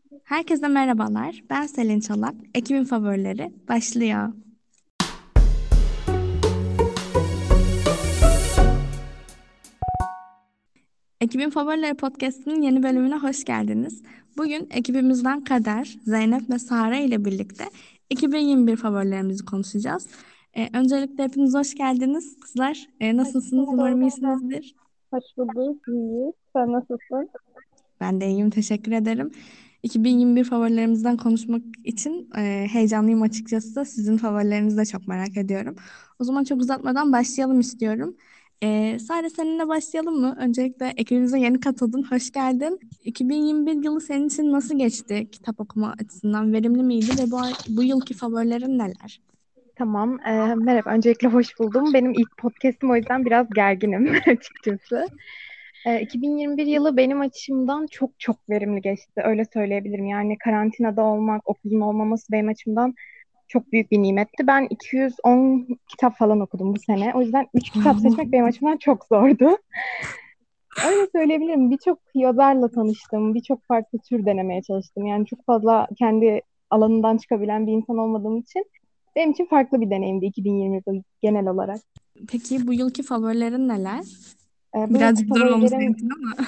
Herkese merhabalar. Ben Selin Çolak. Ekibin favorileri başlıyor. Ekibin Favorileri Podcast'inin yeni bölümüne hoş geldiniz. Bugün ekibimizden Kader, Zeynep ve Sara ile birlikte 2021 favorilerimizi konuşacağız. Öncelikle hepiniz hoş geldiniz. Kızlar, Hoş nasılsınız? Umarım bulduk. iyisinizdir. Hoş bulduk. İyi. Sen nasılsın? Ben de iyiyim, teşekkür ederim. 2021 favorilerimizden konuşmak için heyecanlıyım açıkçası. Sizin favorilerinizi de çok merak ediyorum. O zaman çok uzatmadan başlayalım istiyorum. Sare seninle başlayalım mı? Öncelikle ekibimize yeni katıldın, hoş geldin. 2021 yılı senin için nasıl geçti kitap okuma açısından? Verimli miydi ve bu yılki favorilerin neler? Tamam. Merhaba. Öncelikle hoş buldum. Benim ilk podcast'im, o yüzden biraz gerginim açıkçası. 2021 yılı benim açımdan çok çok verimli geçti. Öyle söyleyebilirim. Yani karantinada olmak, okulun olmaması benim açımdan çok büyük bir nimetti. Ben 210 kitap falan okudum bu sene. O yüzden 3 kitap seçmek benim açımdan çok zordu. Öyle söyleyebilirim. Birçok yazarla tanıştım. Birçok farklı tür denemeye çalıştım. Yani çok fazla kendi alanından çıkabilen bir insan olmadığım için benim için farklı bir deneyimdi 2020 yılı genel olarak. Peki bu yılki favorilerin neler? Bu yılki Birazcık zor olması favorilerim mümkün ama.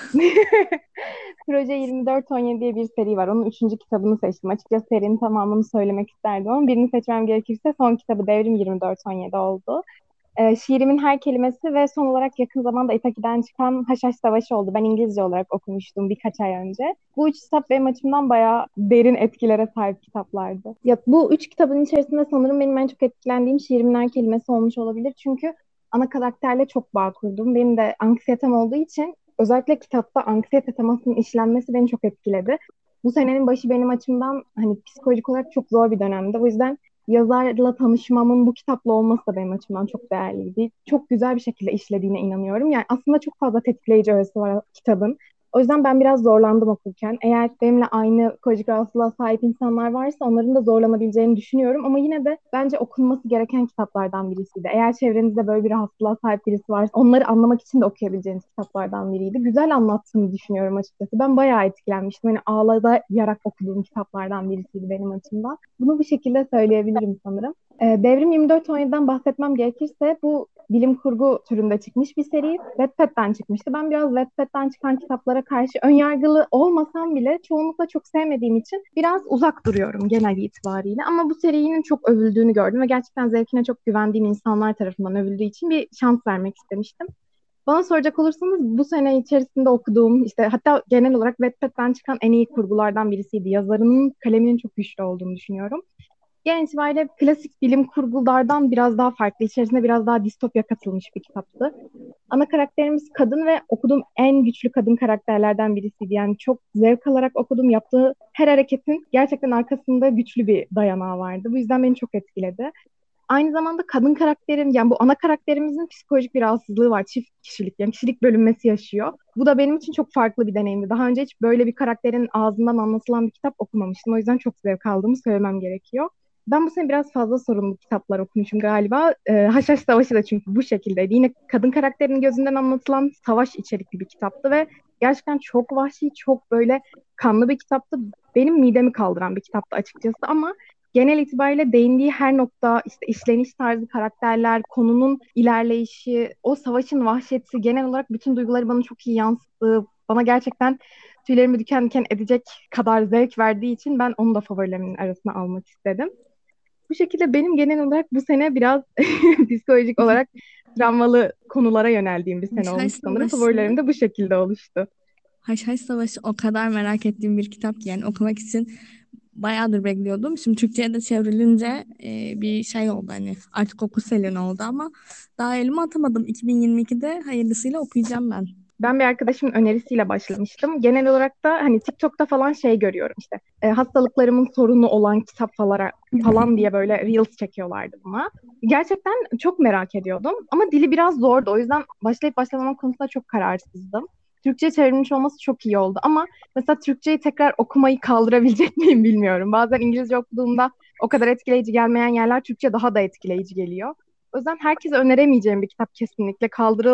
Proje 2417 diye bir seri var. Onun üçüncü kitabını seçtim. Açıkçası serinin tamamını söylemek isterdim ama birini seçmem gerekirse son kitabı Devrim 2417 oldu. Şiirimin her kelimesi ve son olarak yakın zamanda Itaki'den çıkan Haşhaş Savaşı oldu. Ben İngilizce olarak okumuştum birkaç ay önce. Bu üç kitap benim açımdan bayağı derin etkilere sahip kitaplardı. Ya, bu üç kitabın içerisinde sanırım benim en çok etkilendiğim Şiirimin her kelimesi olmuş olabilir. Çünkü ana karakterle çok bağ kurdum. Benim de anksiyetem olduğu için özellikle kitapta anksiyete temasının işlenmesi beni çok etkiledi. Bu senenin başı benim açımdan hani psikolojik olarak çok zor bir dönemdi. O yüzden yazarla tanışmamın bu kitapla olması da benim açımdan çok değerliydi. Çok güzel bir şekilde işlediğine inanıyorum. Yani aslında çok fazla tetikleyici öğesi var kitabın. O yüzden ben biraz zorlandım okurken. Eğer benimle aynı psikolojik rahatsızlığa sahip insanlar varsa onların da zorlanabileceğini düşünüyorum. Ama yine de bence okunması gereken kitaplardan birisiydi. Eğer çevrenizde böyle bir rahatsızlığa sahip birisi varsa onları anlamak için de okuyabileceğiniz kitaplardan biriydi. Güzel anlattığını düşünüyorum açıkçası. Ben bayağı etkilenmiştim. Hani ağlayarak okuduğum kitaplardan birisiydi benim açımdan. Bunu bu şekilde söyleyebilirim sanırım. Devrim 2417'den bahsetmem gerekirse bu bilim kurgu türünde çıkmış bir seri. Wattpad'den çıkmıştı. Ben biraz Wattpad'den çıkan kitaplara karşı önyargılı olmasam bile çoğunlukla çok sevmediğim için biraz uzak duruyorum genel itibariyle. Ama bu serinin çok övüldüğünü gördüm ve gerçekten zevkine çok güvendiğim insanlar tarafından övüldüğü için bir şans vermek istemiştim. Bana soracak olursanız bu sene içerisinde okuduğum işte hatta genel olarak Wattpad'den çıkan en iyi kurgulardan birisiydi. Yazarının kaleminin çok güçlü olduğunu düşünüyorum. Genel itibariyle klasik bilim kurgulardan biraz daha farklı, içerisinde biraz daha distopya katılmış bir kitaptı. Ana karakterimiz kadın ve okuduğum en güçlü kadın karakterlerden birisiydi. Yani çok zevk alarak okudum. Yaptığı her hareketin gerçekten arkasında güçlü bir dayanağı vardı. Bu yüzden beni çok etkiledi. Aynı zamanda kadın karakterim, yani bu ana karakterimizin psikolojik bir rahatsızlığı var. Çift kişilik, yani kişilik bölünmesi yaşıyor. Bu da benim için çok farklı bir deneyimdi. Daha önce hiç böyle bir karakterin ağzından anlatılan bir kitap okumamıştım. O yüzden çok zevk aldığımı söylemem gerekiyor. Ben bu sene biraz fazla sorunlu kitaplar okumuşum galiba. Haşhaş Savaşı da çünkü bu şekildeydi. Yine kadın karakterinin gözünden anlatılan savaş içerikli bir kitaptı ve gerçekten çok vahşi, çok böyle kanlı bir kitaptı. Benim midemi kaldıran bir kitaptı açıkçası ama genel itibariyle değindiği her nokta, işte işleniş tarzı, karakterler, konunun ilerleyişi, o savaşın vahşeti, genel olarak bütün duyguları bana çok iyi yansıttı. Bana gerçekten tüylerimi diken diken edecek kadar zevk verdiği için ben onu da favorilerimin arasına almak istedim. Bu şekilde benim genel olarak bu sene biraz psikolojik olarak travmalı konulara yöneldiğim bir sene Çay olmuş sanırım. Savaşı Favorilerim de bu şekilde oluştu. Haşhaş Savaşı o kadar merak ettiğim bir kitap ki yani okumak için bayağıdır bekliyordum. Şimdi Türkçe'ye de çevrilince bir şey oldu hani artık oku Selin oldu ama daha elime atamadım. 2022'de hayırlısıyla okuyacağım ben. Ben bir arkadaşımın önerisiyle başlamıştım. Genel olarak da hani TikTok'ta falan şey görüyorum işte hastalıklarımın sorunu olan kitap falan diye böyle Reels çekiyorlardı buna. Gerçekten çok merak ediyordum ama dili biraz zordu. O yüzden başlayıp başlamama konusunda çok kararsızdım. Türkçe çevrilmiş olması çok iyi oldu ama mesela Türkçeyi tekrar okumayı kaldırabilecek miyim bilmiyorum. Bazen İngilizce okuduğumda o kadar etkileyici gelmeyen yerler Türkçe daha da etkileyici geliyor. O yüzden herkese öneremeyeceğim bir kitap kesinlikle.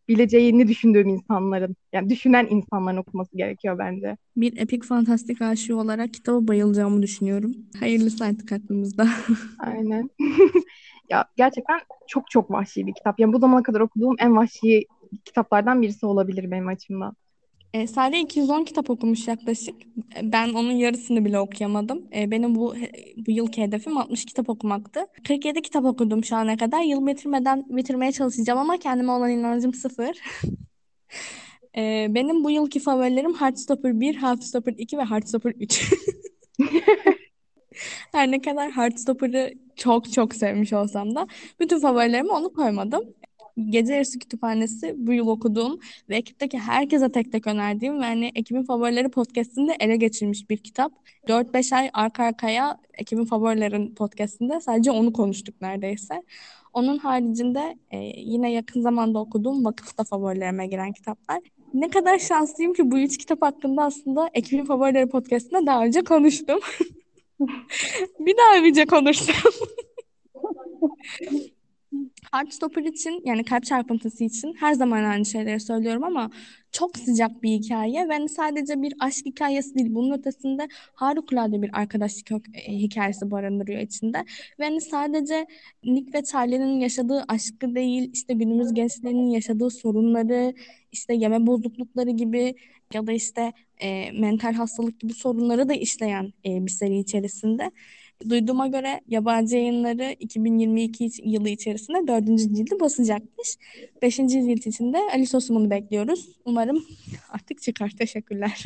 okuyabileceğini düşündüğüm insanların, yani düşünen insanların okuması gerekiyor bence. Bir epik fantastik aşığı olarak kitaba bayılacağımı düşünüyorum. Hayırlısı artık aklımızda. Aynen. Ya gerçekten çok çok vahşi bir kitap. Yani bu zamana kadar okuduğum en vahşi kitaplardan birisi olabilir benim açımdan. Sare 210 kitap okumuş yaklaşık. Ben onun yarısını bile okuyamadım. Benim bu yılki hedefim 60 kitap okumaktı. 47 kitap okudum şu ana kadar. Yıl bitirmeden bitirmeye çalışacağım ama kendime olan inancım sıfır. Benim bu yılki favorilerim Heartstopper 1, Heartstopper 2 ve Heartstopper 3. Her ne kadar Heartstopper'ı çok çok sevmiş olsam da bütün favorilerime onu koymadım. Gece Yarısı Kütüphanesi bu yıl okuduğum ve ekipteki herkese tek tek önerdiğim ve hani ekibin favorileri podcastinde ele geçirmiş bir kitap. 4-5 ay arka arkaya ekibin favorilerin podcastinde sadece onu konuştuk neredeyse. Onun haricinde yine yakın zamanda okuduğum Vakıfta favorilerime giren kitaplar. Ne kadar şanslıyım ki bu üç kitap hakkında aslında ekibin favorileri podcastinde daha önce konuştum. Bir daha övecek olursam. Heartstopper için yani kalp çarpıntısı için her zaman aynı şeyleri söylüyorum ama çok sıcak bir hikaye ve hani sadece bir aşk hikayesi değil. Bunun ötesinde harikulade bir arkadaşlık hikayesi barındırıyor içinde. Ve hani sadece Nick ve Charlie'nin yaşadığı aşkı değil, işte günümüz gençlerinin yaşadığı sorunları, işte yeme bozuklukları gibi ya da işte mental hastalık gibi sorunları da işleyen bir seri içerisinde. Duyduğuma göre yabancı yayınları 2022 yılı içerisinde dördüncü cildi basacakmış. Beşinci cilt için de Alice Osman'ı bekliyoruz. Umarım artık çıkar. Teşekkürler.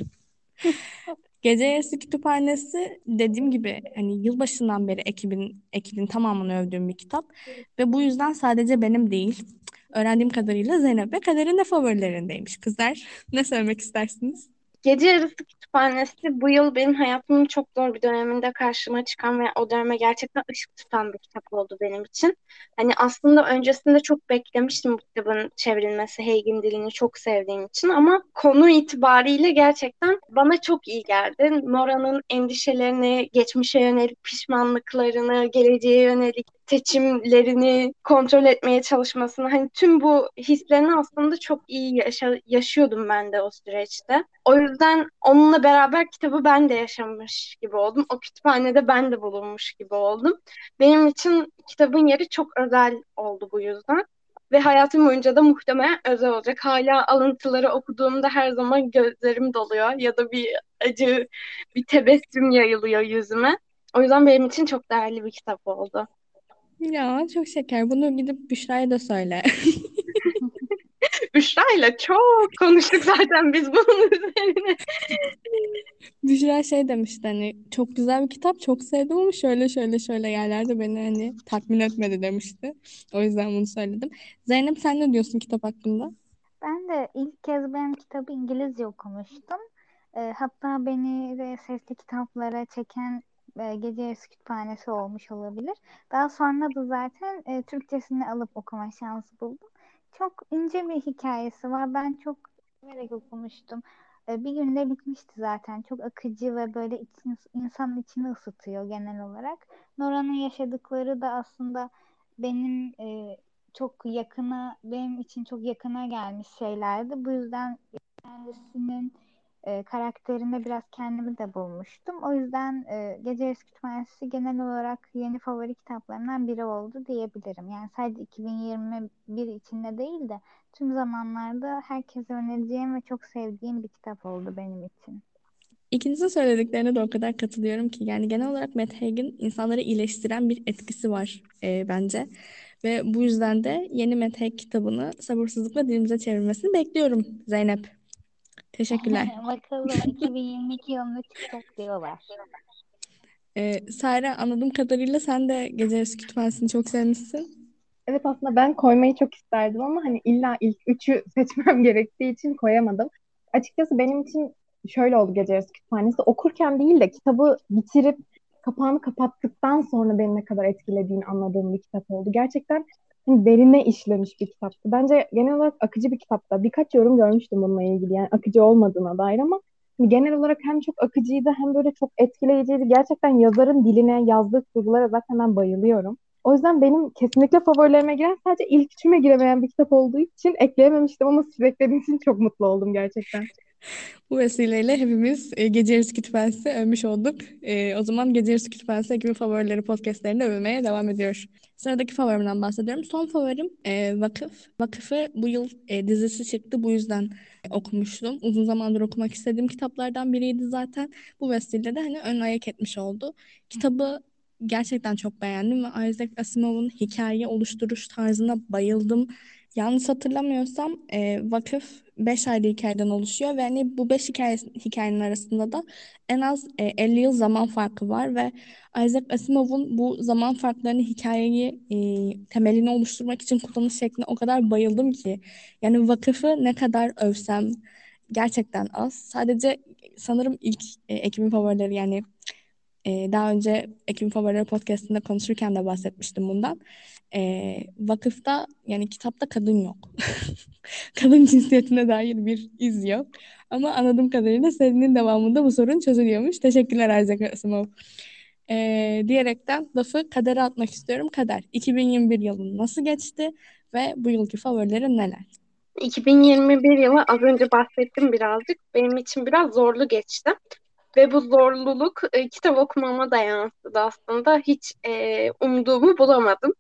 Gece Yarısı Kütüphanesi dediğim gibi hani yılbaşından beri ekibin tamamını övdüğüm bir kitap. Ve bu yüzden sadece benim değil. Öğrendiğim kadarıyla Zeynep ve Kader'in de favorilerindeymiş. Kızlar ne söylemek istersiniz? Gece Yarısı Kütüphanesi bu yıl benim hayatımın çok zor bir döneminde karşıma çıkan ve o döneme gerçekten ışık tutan bir kitap oldu benim için. Hani aslında öncesinde çok beklemiştim bu kitabın çevrilmesi, Heygin dilini çok sevdiğim için ama konu itibariyle gerçekten bana çok iyi geldi. Nora'nın endişelerini, geçmişe yönelik pişmanlıklarını, geleceğe yönelik seçimlerini kontrol etmeye çalışmasını hani tüm bu hislerini aslında çok iyi yaşıyordum ben de o süreçte. O yüzden onunla beraber kitabı ben de yaşamış gibi oldum. O kütüphanede ben de bulunmuş gibi oldum. Benim için kitabın yeri çok özel oldu bu yüzden. Ve hayatım boyunca da muhtemelen özel olacak. Hala alıntıları okuduğumda her zaman gözlerim doluyor ya da bir acı, bir tebessüm yayılıyor yüzüme. O yüzden benim için çok değerli bir kitap oldu. Ya çok şeker. Bunu gidip Büşra'ya da söyle. Büşra ile çok konuştuk zaten biz bunun üzerine. Büşra şey demişti hani çok güzel bir kitap çok sevdim ama şöyle şöyle şöyle yerlerde beni hani tatmin etmedi demişti. O yüzden bunu söyledim. Zeynep sen ne diyorsun kitap hakkında? Ben de ilk kez ben kitabı İngilizce okumuştum. Hatta beni de sesli kitaplara çeken Gece Yarısı Kütüphanesi olmuş olabilir. Daha sonra da zaten Türkçesini alıp okuma şansı buldum. Çok ince bir hikayesi var. Ben çok severek okumuştum. Bir günde bitmişti zaten. Çok akıcı ve böyle insanın içini ısıtıyor genel olarak. Nora'nın yaşadıkları da aslında benim benim için çok yakına gelmiş şeylerdi. Bu yüzden kendisinin karakterinde biraz kendimi de bulmuştum. O yüzden Gece Yarısı Kütüphanesi genel olarak yeni favori kitaplarımdan biri oldu diyebilirim. Yani sadece 2021 içinde değil de tüm zamanlarda herkese önereceğim ve çok sevdiğim bir kitap oldu benim için. İkinizin söylediklerine de o kadar katılıyorum ki yani genel olarak Matt Haig'in insanları iyileştiren bir etkisi var bence. Ve bu yüzden de yeni Matt Haig kitabını sabırsızlıkla dilimize çevirmesini bekliyorum Zeynep. Teşekkürler. Bakalım 2022 yılında çıkacak diyorlar. Sare anladığım kadarıyla sen de Gece Yarısı Kütüphanesi'ni çok sevmişsin. Evet, aslında ben koymayı çok isterdim ama hani illa ilk üçü seçmem gerektiği için koyamadım. Açıkçası benim için şöyle oldu Gece Yarısı Kütüphanesi. Okurken değil de kitabı bitirip kapağını kapattıktan sonra beni ne kadar etkilediğini anladığım bir kitap oldu. Gerçekten hani derine işlemiş bir kitaptı. Bence genel olarak akıcı bir kitaptı. Birkaç yorum görmüştüm bununla ilgili, yani akıcı olmadığına dair, ama hani genel olarak hem çok akıcıydı hem böyle çok etkileyiciydi. Gerçekten yazarın diline, yazdığı kurgulara zaten ben bayılıyorum. O yüzden benim kesinlikle favorilerime giren, sadece ilk üçüme giremeyen bir kitap olduğu için ekleyememiştim ama siz eklediğiniz için çok mutlu oldum gerçekten. Bu vesileyle hepimiz Gece Yarısı Kütüphanesi övmüş olduk. O zaman Gece Yarısı Kütüphanesi ekibi favorileri podcastlerinde övmeye devam ediyor. Sıradaki favorimden bahsediyorum. Son favorim Vakıf. Vakıf'ı bu yıl dizisi çıktı. Bu yüzden okumuştum. Uzun zamandır okumak istediğim kitaplardan biriydi zaten. Bu vesileyle hani ön ayak etmiş oldu. Kitabı gerçekten çok beğendim ve Isaac Asimov'un hikaye oluşturuş tarzına bayıldım. Yanlış hatırlamıyorsam Vakıf 5 ayrı hikayeden oluşuyor ve hani bu 5 hikayenin arasında da en az 50 yıl zaman farkı var ve Isaac Asimov'un bu zaman farklarını hikayeyi temelini oluşturmak için kullanış şekline o kadar bayıldım ki. Yani Vakıf'ı ne kadar övsem gerçekten az. Sadece sanırım ilk ekibin favorileri, yani daha önce Ekim Favorileri podcastında konuşurken de bahsetmiştim bundan. Vakıfta, yani kitapta kadın yok. Kadın cinsiyetine dair bir iz yok. Ama anladığım kadarıyla serinin devamında bu sorun çözülüyormuş. Teşekkürler Isaac Asimov. Diyerekten lafı Kader'e atmak istiyorum. Kader, 2021 yılın nasıl geçti ve bu yılki favorilerin neler? 2021 yılı az önce bahsettim birazcık. Benim için biraz zorlu geçti. Ve bu zorluluk kitap okumama da yansıdı aslında. Hiç umduğumu bulamadım.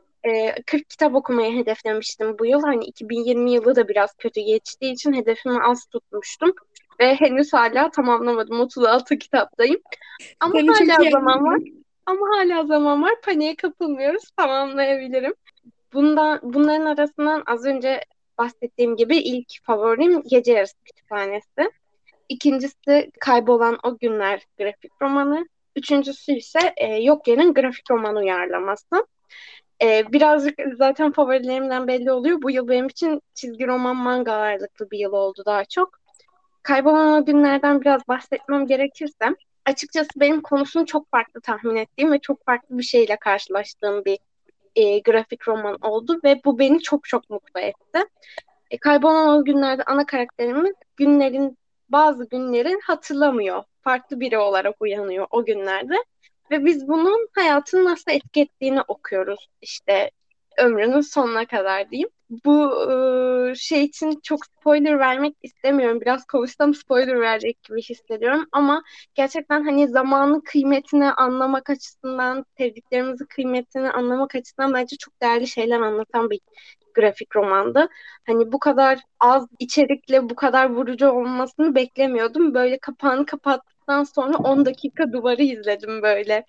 40 kitap okumayı hedeflemiştim bu yıl. Hani 2020 yılı da biraz kötü geçtiği için hedefimi az tutmuştum. Ve henüz hala tamamlamadım. 36 kitaptayım. Ama Seni çok hala iyi zaman var. anlıyorum. Ama hala zaman var. Paniğe kapılmıyoruz. Tamamlayabilirim. Bunların arasından az önce bahsettiğim gibi ilk favorim Gece Yarısı Kütüphanesi. İkincisi Kaybolan O Günler grafik romanı. Üçüncüsü ise Yok Yer'in grafik roman uyarlaması. Birazcık zaten favorilerimden belli oluyor. Bu yıl benim için çizgi roman manga ağırlıklı bir yıl oldu daha çok. Kaybolan O Günler'den biraz bahsetmem gerekirse, açıkçası benim konusunu çok farklı tahmin ettiğim ve çok farklı bir şeyle karşılaştığım bir grafik roman oldu ve bu beni çok çok mutlu etti. Kaybolan O Günler'de ana karakterimiz bazı günleri hatırlamıyor. Farklı biri olarak uyanıyor o günlerde. Ve biz bunun hayatını nasıl etki ettiğini okuyoruz. İşte ömrünün sonuna kadar diyeyim. Bu şey için çok spoiler vermek istemiyorum. Biraz konuşsam spoiler verecek gibi hissediyorum. Ama gerçekten hani zamanın kıymetini anlamak açısından, sevdiklerimizin kıymetini anlamak açısından bence çok değerli şeyler anlatan bir grafik romandı. Hani bu kadar az içerikle bu kadar vurucu olmasını beklemiyordum. Böyle kapağını kapattıktan sonra 10 dakika duvarı izledim böyle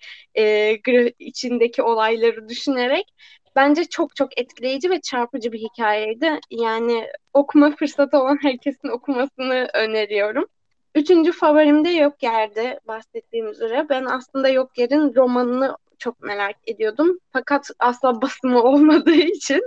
içindeki olayları düşünerek. Bence çok çok etkileyici ve çarpıcı bir hikayeydi. Yani okuma fırsatı olan herkesin okumasını öneriyorum. Üçüncü favorim de Yok Yer'de bahsettiğim üzere. Ben aslında Yok Yer'in romanını çok merak ediyordum. Fakat asla basımı olmadığı için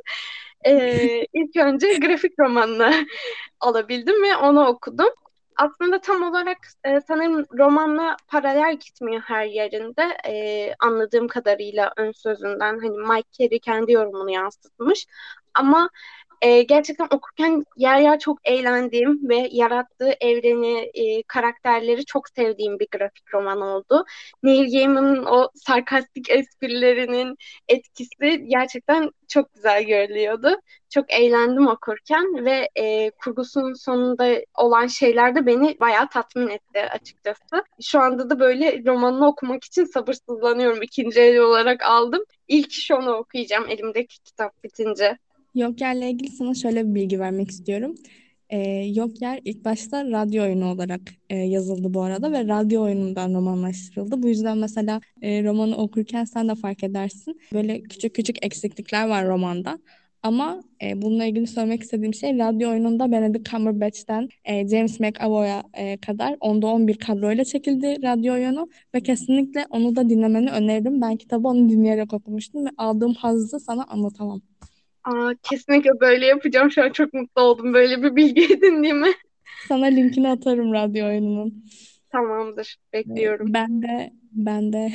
ilk önce grafik romanını alabildim ve onu okudum. Aslında tam olarak sanırım romanla paralel gitmiyor her yerinde. Anladığım kadarıyla ön sözünden hani Mike Carey kendi yorumunu yansıtmış. Ama gerçekten okurken yer yer çok eğlendiğim ve yarattığı evreni, karakterleri çok sevdiğim bir grafik roman oldu. Neil Gaiman'ın o sarkastik esprilerinin etkisi gerçekten çok güzel görülüyordu. Çok eğlendim okurken ve kurgusunun sonunda olan şeyler de beni bayağı tatmin etti açıkçası. Şu anda da böyle romanını okumak için sabırsızlanıyorum. İkinci el olarak aldım. İlk iş onu okuyacağım elimdeki kitap bitince. Yok Yer'le ilgili sana şöyle bir bilgi vermek istiyorum. Yok Yer ilk başta radyo oyunu olarak yazıldı bu arada ve radyo oyunundan romanlaştırıldı. Bu yüzden mesela romanı okurken sen de fark edersin. Böyle küçük küçük eksiklikler var romanda. Ama bununla ilgili söylemek istediğim şey, radyo oyununda Benedict Cumberbatch'ten James McAvoy'a kadar 10'da 11 kadroyla çekildi radyo oyunu ve kesinlikle onu da dinlemeni öneririm. Ben kitabı onu dinleyerek okumuştum ve aldığım hazzı sana anlatamam. Kesinlikle böyle yapacağım. Şu an çok mutlu oldum böyle bir bilgi edindiğime. Sana linkini atarım radyo oyununun. Tamamdır. Bekliyorum. Ben de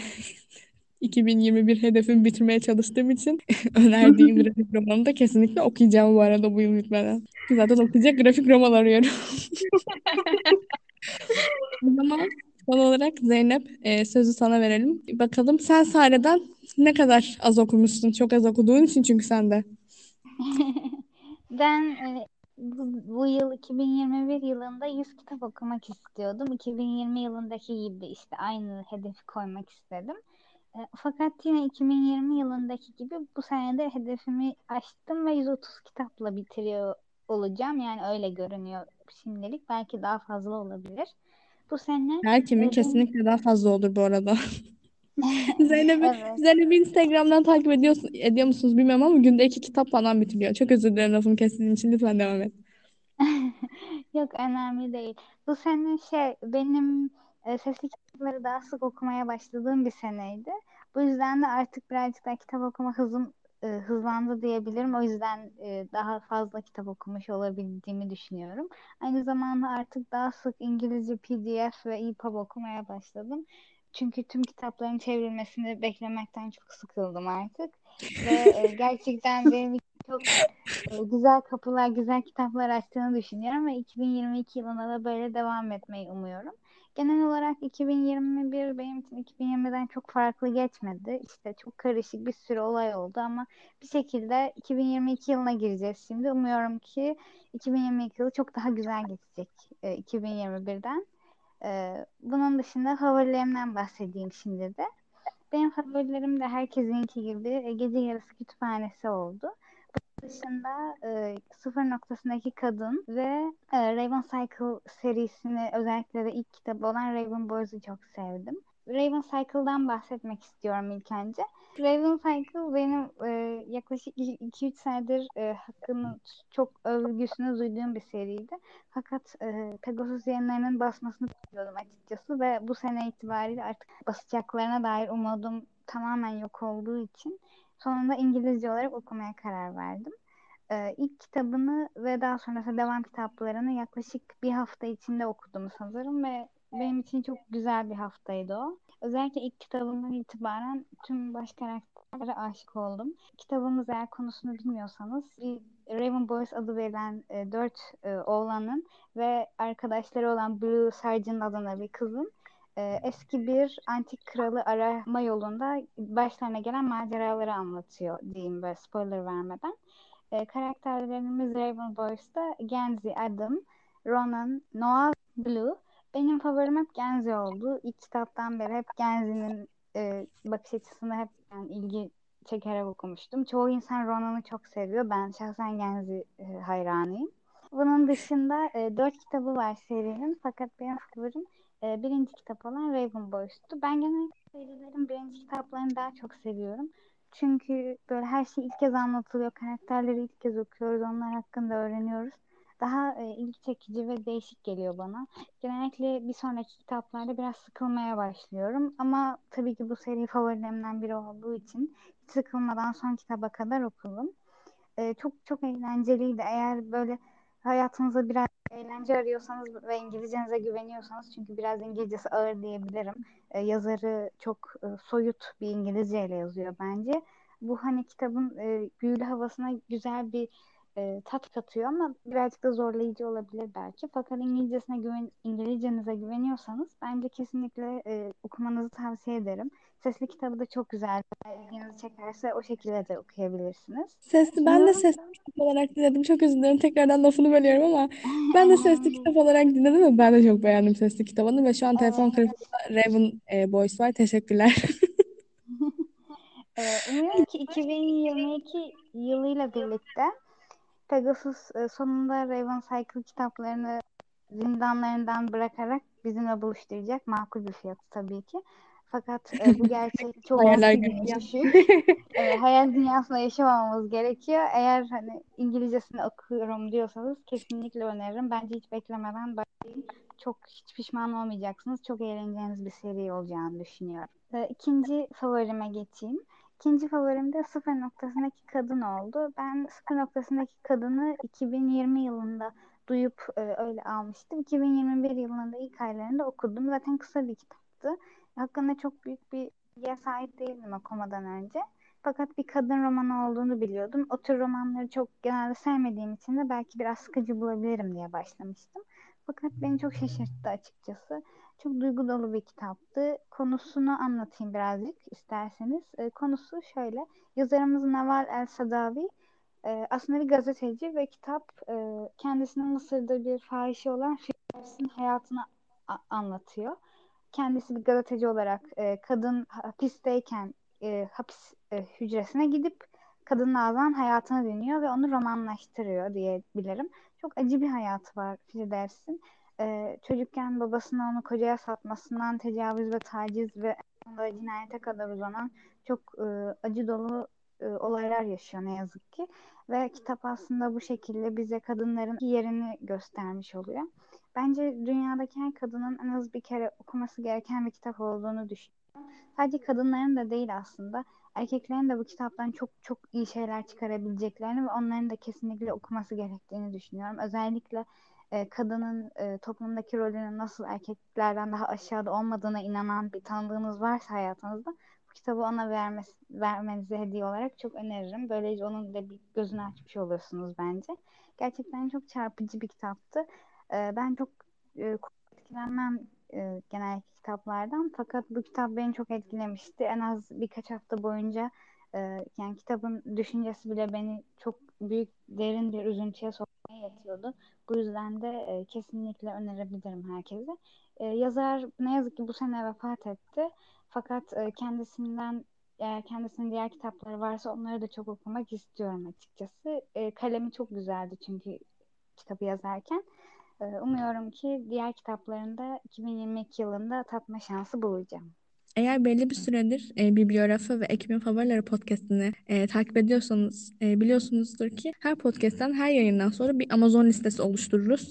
2021 hedefimi bitirmeye çalıştığım için önerdiğim grafik romanı da kesinlikle okuyacağım bu arada bu yıl bitmeden. Zaten okuyacak grafik roman arıyorum. O zaman Son olarak Zeynep, sözü sana verelim. Bakalım sen Sare'den ne kadar az okumuşsun? Çok az okuduğun için çünkü sen de. Ben bu yıl 2021 yılında 100 kitap okumak istiyordum. 2020 yılındaki gibi işte aynı hedefi koymak istedim. Fakat yine 2020 yılındaki gibi bu sene de hedefimi aştım ve 130 kitapla bitiriyor olacağım. Yani öyle görünüyor şimdilik. Belki daha fazla olabilir. Bu sene Her kimin benim kesinlikle daha fazla olur bu arada. Zeynep'i evet. Zeynep'i Instagram'dan takip ediyor musunuz bilmiyorum ama günde 2 kitap falan bitiriyor. Çok özür dilerim lafımı kestiğim için. Lütfen devam et. Yok önemli değil. Bu sene benim sesli kitapları daha sık okumaya başladığım bir seneydi. Bu yüzden de artık birazcık daha kitap okuma hızım hızlandı diyebilirim. O yüzden daha fazla kitap okumuş olabildiğimi düşünüyorum. Aynı zamanda artık daha sık İngilizce PDF ve EPUB okumaya başladım. Çünkü tüm kitapların çevrilmesini beklemekten çok sıkıldım artık. Ve gerçekten benim için çok güzel kapılar, güzel kitaplar açtığını düşünüyorum ve 2022 yılında da böyle devam etmeyi umuyorum. Genel olarak 2021 benim için 2020'den çok farklı geçmedi. İşte çok karışık bir sürü olay oldu ama bir şekilde 2022 yılına gireceğiz şimdi. Umuyorum ki 2022 yılı çok daha güzel geçecek 2021'den. Bunun dışında favorilerimden bahsedeyim şimdi de. Benim favorilerim de herkesinki gibi Gece Yarısı Kütüphanesi oldu dışında Sıfır Noktasındaki Kadın ve Raven Cycle serisini özellikle de ilk kitabı olan Raven Boys'u çok sevdim. Raven Cycle'dan bahsetmek istiyorum ilk önce. Raven Cycle benim yaklaşık 2-3 senedir hakkını çok övgüsünü duyduğum bir seriydi. Fakat Pegasus yayınlarının basmasını bekliyordum açıkçası ve bu sene itibariyle artık basacaklarına dair umudum tamamen yok olduğu için sonunda İngilizce olarak okumaya karar verdim. İlk kitabını ve daha sonrasında devam kitaplarını yaklaşık bir hafta içinde okudum sanırım ve benim için çok güzel bir haftaydı o. Özellikle ilk kitabından itibaren tüm baş karakterlere aşık oldum. Kitabımız eğer konusunu bilmiyorsanız bir Raven Boys adı verilen 4 oğlanın ve arkadaşları olan Blue Sargent adına bir kızın eski bir antik kralı arama yolunda başlarına gelen maceraları anlatıyor diyeyim böyle spoiler vermeden. Karakterlerimiz Raven Boys'ta Genzi, Adam, Ronan, Noah, Blue. Benim favorim hep Genzi oldu. İlk kitaptan beri hep Genzi'nin bakış açısını hep yani ilgi çekerek okumuştum. Çoğu insan Ronan'ı çok seviyor. Ben şahsen Genzi hayranıyım. Bunun dışında 4 kitabı var serinin. Fakat benim favorim birinci kitap olan Raven Boys'tu. Ben genellikle serilerin birinci kitaplarını daha çok seviyorum. Çünkü böyle her şey ilk kez anlatılıyor. Karakterleri ilk kez okuyoruz. Onlar hakkında öğreniyoruz. Daha ilgi çekici ve değişik geliyor bana. Genellikle bir sonraki kitaplarda biraz sıkılmaya başlıyorum. Ama tabii ki bu seri favorilerimden biri olduğu için hiç sıkılmadan son kitaba kadar okudum. Çok çok eğlenceliydi. Eğer böyle hayatınıza biraz eğlence arıyorsanız ve İngilizcenize güveniyorsanız çünkü biraz İngilizcesi ağır diyebilirim. Yazarı çok soyut bir İngilizceyle yazıyor bence. Bu hani kitabın büyülü havasına güzel bir tat katıyor ama birazcık da zorlayıcı olabilir belki. Fakat İngilizcenize güveniyorsanız bence kesinlikle okumanızı tavsiye ederim. Sesli kitabı da çok güzel. Eğer ilginizi çekerse o şekilde de okuyabilirsiniz. Ben de Umuyorum. sesli kitap olarak dinledim. Çok özür dilerim. Tekrardan lafını bölüyorum ama ben de sesli Önemli değil. kitap olarak dinledim ve ben de çok beğendim sesli kitabını ve şu an telefon Evet. kırıklığı Raven Boys var. Teşekkürler. Umuyorum ki 2022 yılıyla birlikte Pegasus sonunda Raven Cycle kitaplarını zindanlarından bırakarak bizimle buluşturacak. Makul bir fiyatı tabii ki. Fakat bu gerçek çok Hayaller görüyor. düşük. Hayal dünyasında yaşamamamız gerekiyor. Eğer hani İngilizcesini okuyorum diyorsanız kesinlikle öneririm. Bence hiç beklemeden başlayın. Çok hiç pişman olmayacaksınız. Çok eğleneceğiniz bir seri olacağını düşünüyorum. İkinci favorime geçeyim. İkinci favorim de Sıfır Noktasındaki Kadın oldu. Ben Sıfır Noktasındaki Kadın'ı 2020 yılında duyup öyle almıştım. 2021 yılında da ilk aylarında okudum. Zaten kısa bir kitaptı. Hakkında çok büyük bir bilgiye sahip değildim okumadan önce. Fakat bir kadın romanı olduğunu biliyordum. O tür romanları çok genelde sevmediğim için de belki biraz sıkıcı bulabilirim diye başlamıştım. Fakat beni çok şaşırttı açıkçası. Çok duygu dolu bir kitaptı. Konusunu anlatayım birazcık isterseniz. Konusu şöyle. Yazarımız Naval El Sadavi aslında bir gazeteci ve kitap kendisinin Mısır'da bir fahişe olan Firdevs'in hayatını anlatıyor. Kendisi bir gazeteci olarak kadın hapisteyken hapis hücresine gidip kadının ağzından hayatını dinliyor ve onu romanlaştırıyor diyebilirim. Çok acı bir hayatı var Firdevs'in. Çocukken babasının onu kocaya satmasından tecavüz ve taciz ve sonunda cinayete kadar uzanan çok acı dolu olaylar yaşıyor ne yazık ki. Ve kitap aslında bu şekilde bize kadınların yerini göstermiş oluyor. Bence dünyadaki her kadının en az bir kere okuması gereken bir kitap olduğunu düşünüyorum. Sadece kadınların da değil aslında. Erkeklerin de bu kitaptan çok çok iyi şeyler çıkarabileceklerini ve onların da kesinlikle okuması gerektiğini düşünüyorum. Özellikle kadının toplumdaki rolünün nasıl erkeklerden daha aşağıda olmadığına inanan bir tanıdığınız varsa hayatınızda bu kitabı ona vermenizi hediye olarak çok öneririm. Böylece onun da bir gözünü açmış olursunuz bence. Gerçekten çok çarpıcı bir kitaptı. Ben çok etkilenmem genellikle kitaplardan. Fakat bu kitap beni çok etkilemişti. En az birkaç hafta boyunca yani kitabın düşüncesi bile beni çok büyük, derin bir üzüntüye sokmaya yetiyordu. Bu yüzden de kesinlikle önerebilirim herkese. Yazar ne yazık ki bu sene vefat etti. Fakat kendisinden eğer kendisinin diğer kitapları varsa onları da çok okumak istiyorum açıkçası. Kalemi çok güzeldi çünkü kitabı yazarken. Umuyorum ki diğer kitaplarında 2022 yılında tatma şansı bulacağım. Eğer belli bir süredir Bibliografya ve Ekibin Favorileri podcastini takip ediyorsanız biliyorsunuzdur ki her podcast'ten her yayından sonra bir Amazon listesi oluştururuz.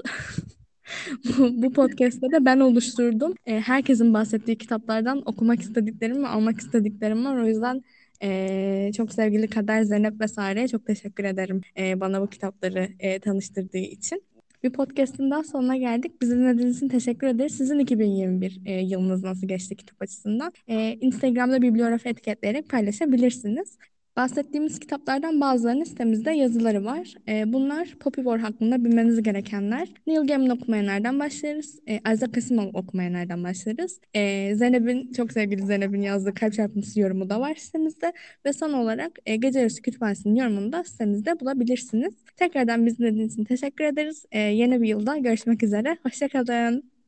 Bu podcast'te de ben oluşturdum. Herkesin bahsettiği kitaplardan okumak istediklerim ve almak istediklerim var. O yüzden çok sevgili Kader, Zeynep ve Sare'ye çok teşekkür ederim bana bu kitapları tanıştırdığı için. Bir podcast'ın daha sonuna geldik. Bizi dinlediğiniz için teşekkür ederiz. Sizin 2021 yılınız nasıl geçti kitap açısından? Instagram'da bibliografi etiketleyerek paylaşabilirsiniz. Bahsettiğimiz kitaplardan bazılarının sitemizde yazıları var. Bunlar Poppy War hakkında bilmeniz gerekenler. Neil Gaiman okumaya nereden başlarız? Isaac Asimov okumaya nereden başlarız? Çok sevgili Zeynep'in yazdığı Kalp Çarpıntısı yorumu da var sitemizde. Ve son olarak Gece Yarısı Kütüphanesi'nin yorumunu da sitemizde bulabilirsiniz. Tekrardan bizi dinlediğiniz için teşekkür ederiz. Yeni bir yılda görüşmek üzere. Hoşça kalın.